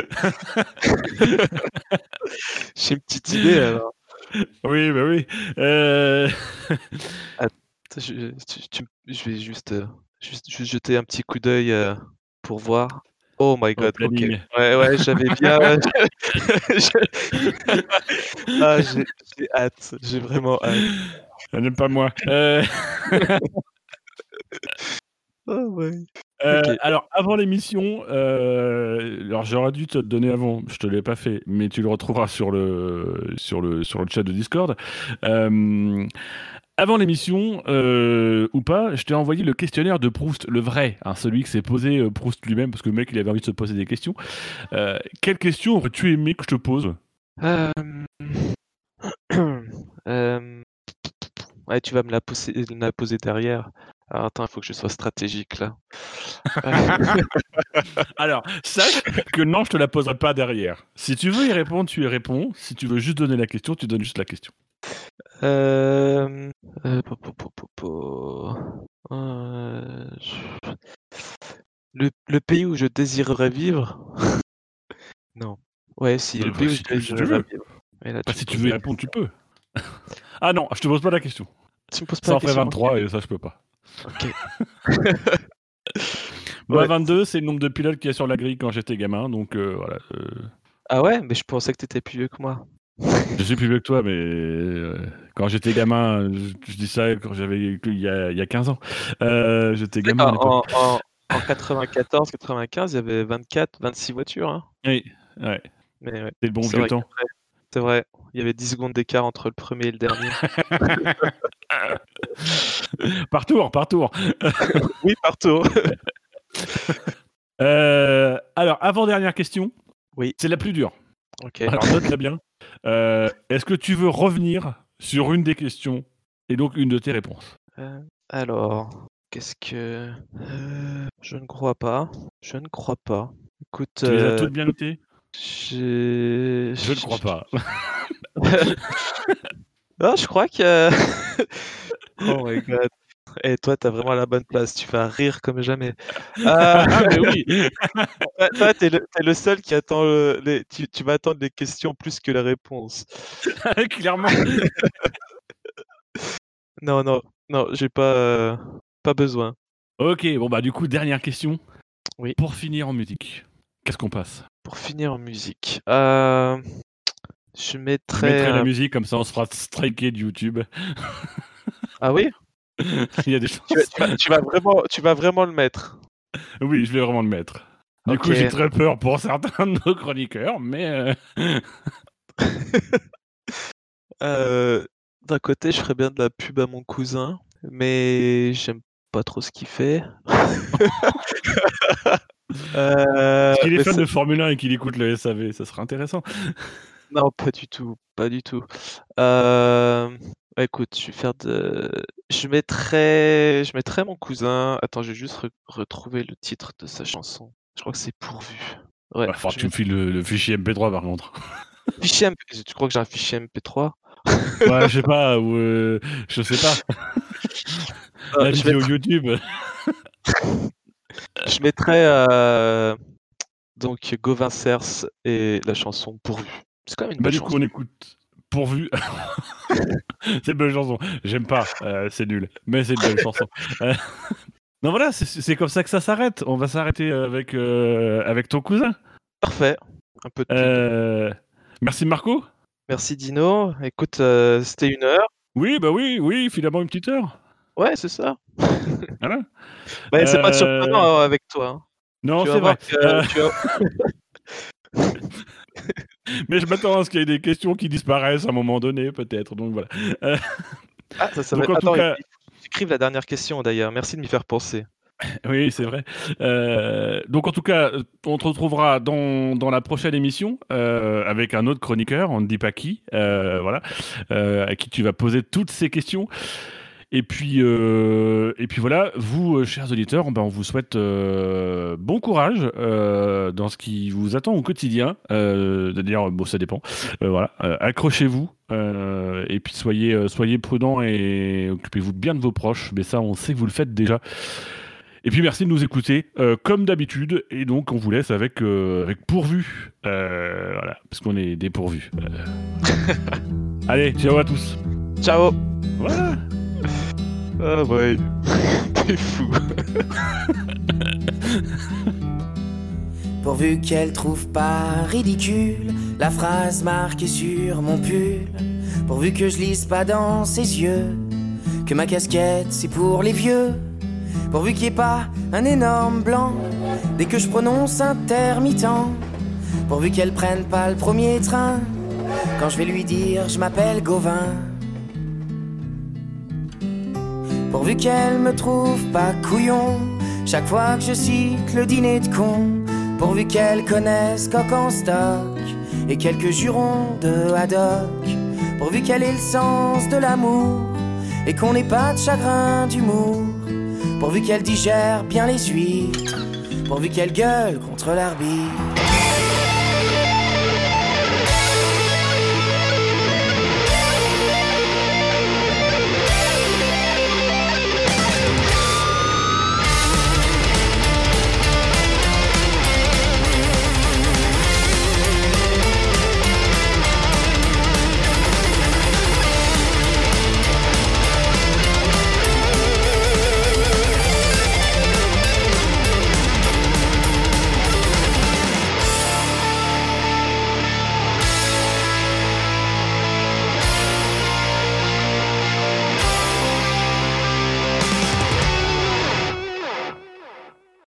J'ai une petite idée alors. Oui, bah oui. Euh, Attends, je tu tu je vais juste, heu, juste juste jeter un petit coup d'œil, heu, pour voir. Oh my Au god, OK. planning. Ouais, ouais, j'avais bien je ah, j'ai j'ai hâte, j'ai vraiment hâte. Elle n'aime pas moi. Euh, Ah ouais. euh, OK. alors, avant l'émission, euh, alors j'aurais dû te le donner avant, je te l'ai pas fait, mais tu le retrouveras sur le, sur le, sur le chat de Discord. Euh, Avant l'émission, euh, ou pas, je t'ai envoyé le questionnaire de Proust, le vrai, hein, celui que s'est posé euh, Proust lui-même, parce que le mec, il avait envie de se poser des questions. Euh, quelles questions aurais-tu aimé que je te pose? Hem, hem, ouais, tu vas me la pousser me la poser derrière. Alors attends, il faut que je sois stratégique là. Alors, sache que non, je te la poserai pas derrière. Si tu veux y répondre, tu y réponds. Si tu veux juste donner la question, tu donnes juste la question. Hem, heu, po po po po po, heu, je Le le pays où je désirerais vivre? Non. Ouais, si, Bah, le bah, pays où si je tu si tu désirerais veux. vivre. Et là, Bah, tu me si tu poses veux y la répondre, tu peux. Ah non, je te pose pas la question. tu me poses pas Ça la en fait question? OK, vingt-trois et ça, je peux pas. OK. Moi, Ouais, c'est vingt-deux, c'est le nombre de pilotes qu'il y a sur la grille quand j'étais gamin, donc heu, voilà, heu, ah ouais? Mais je pensais que tu étais plus vieux que moi. je suis plus vieux que toi, mais heu, quand j'étais gamin, je je dis ça quand j'avais il y a il y a quinze ans. Heu, j'étais Tu sais gamin à l'époque. qu'en en en quatre-vingt-quatorze quatre-vingt-quinze, il y avait vingt-quatre vingt-six voitures, hein. Oui, ouais, Mais ouais, c'est le bon c'est vieux vrai temps. qu'après c'est vrai, il y avait dix secondes d'écart entre le premier et le dernier. Par tour, par tour. Oui, partout. Heu, alors avant-dernière question, Oui, c'est la plus dure. OK. Alors note-la bien. Heu, est-ce que tu veux revenir sur une des questions et donc une de tes réponses? Heu, alors, qu'est-ce que heu, je ne crois pas, je ne crois pas. Écoute, Tu les as heu, toutes bien notées? j'ai Je ne crois pas. non, je crois que oh my god. Et toi, tu as vraiment la bonne place, tu vas rire comme jamais. Heu, Ah mais oui! toi toi, tu es le tu es le seul qui attend, heu, les tu tu vas attendre les questions plus que les réponses. Clairement. Non, non, non, j'ai pas, heu, pas besoin. OK, bon bah du coup dernière question, Oui, pour finir en musique, qu'est-ce qu'on passe? pour finir en musique, heu, je Je mettrais mettrai la un musique comme ça on se fera striker de YouTube. ah oui? Il y a des Tu vas chances. tu vas tu vas vraiment tu vas vraiment le mettre? Oui, je vais vraiment le mettre. Du coup, j'ai OK. très peur pour certains de nos chroniqueurs, mais heu Heu, d'un côté, je ferais bien de la pub à mon cousin, mais j'aime pas trop ce qu'il fait. Heu, est-ce qu'il est mais fan c'est de Formule un et qu'il écoute le S A V? Ça serait intéressant. non, pas du tout, pas du tout. Hem, bah, écoute, je vais faire de je mettrais je mettrais mon cousin attends, je vais juste re retrouver le titre de sa chanson. Je crois que c'est «Pourvu». Ouais, Va falloir que je tu me mettrais files le le fichier M P trois par contre. fichier M P tu crois que j'ai un fichier M P trois? Ouais, je sais pas ou heu, je sais pas. Heu, La je vidéo mettrais YouTube. je mettrais, heu, donc Gauvin Cers et la chanson «Pourvu». C'est quand même une Bah, belle du coup, chanson. on écoute Pourvu. C'est une belle chanson. J'aime pas, heu, c'est nul, mais c'est une belle chanson. Heu, non voilà, c'est c'est comme ça que ça s'arrête. On va s'arrêter avec, heu, avec ton cousin. Parfait, un peu de pub. Heu, merci Marco. Merci Dino. Écoute, heu, c'était une heure. Oui, bah, oui, oui, finalement une petite heure. Ouais, c'est ça. Voilà. Mais c'est pas Heu, surprenant, hein, avec toi, hein. non, Tu vas c'est voir vrai. que Heu, tu vas mais je m'attends à ce qu'il y ait des questions qui disparaissent à un moment donné peut-être, donc voilà. Heu, ah ça ça va donc en tout attends, il cas il faut que j'écrive la dernière question d'ailleurs. Merci de m'y faire penser. oui, c'est vrai. Heu, donc en tout cas, heu, on te retrouvera dans dans la prochaine émission, heu, avec un autre chroniqueur, on ne dit pas qui, heu, voilà, heu, à qui tu vas poser toutes ces questions et puis, heu et puis voilà, vous, heu, chers auditeurs, ben, on vous souhaite, heu, bon courage, heu, dans ce qui vous attend au quotidien, heu, d'ailleurs, bon, ça dépend, heu, voilà, heu, accrochez-vous, heu et puis soyez, heu, soyez prudents et occupez-vous bien de vos proches, mais ça, on sait que vous le faites déjà. Et puis merci de nous écouter, euh, comme d'habitude, et donc on vous laisse avec, euh, avec Pourvu, euh, voilà, parce qu'on est dépourvus. Euh. Allez, ciao à tous. Ciao! Voilà. Ah ouais, tu fou. Pourvu qu'elle trouve pas ridicule la phrase marquée sur mon pull. Pourvu que je lise pas dans ses yeux que ma casquette c'est pour les vieux. Pourvu qu'il n'y ait pas un énorme blanc dès que je prononce intermittent. Pourvu qu'elle prenne pas le premier train quand je vais lui dire je m'appelle Gauvin. Pourvu qu'elle me trouve pas couillon chaque fois que je cite le dîner de con. Pourvu qu'elle connaisse Coq en stock et quelques jurons de haddock. Pourvu qu'elle ait le sens de l'amour et qu'on n'ait pas de chagrin d'humour. Pourvu qu'elle digère bien les huîtres, pourvu qu'elle gueule contre l'arbitre.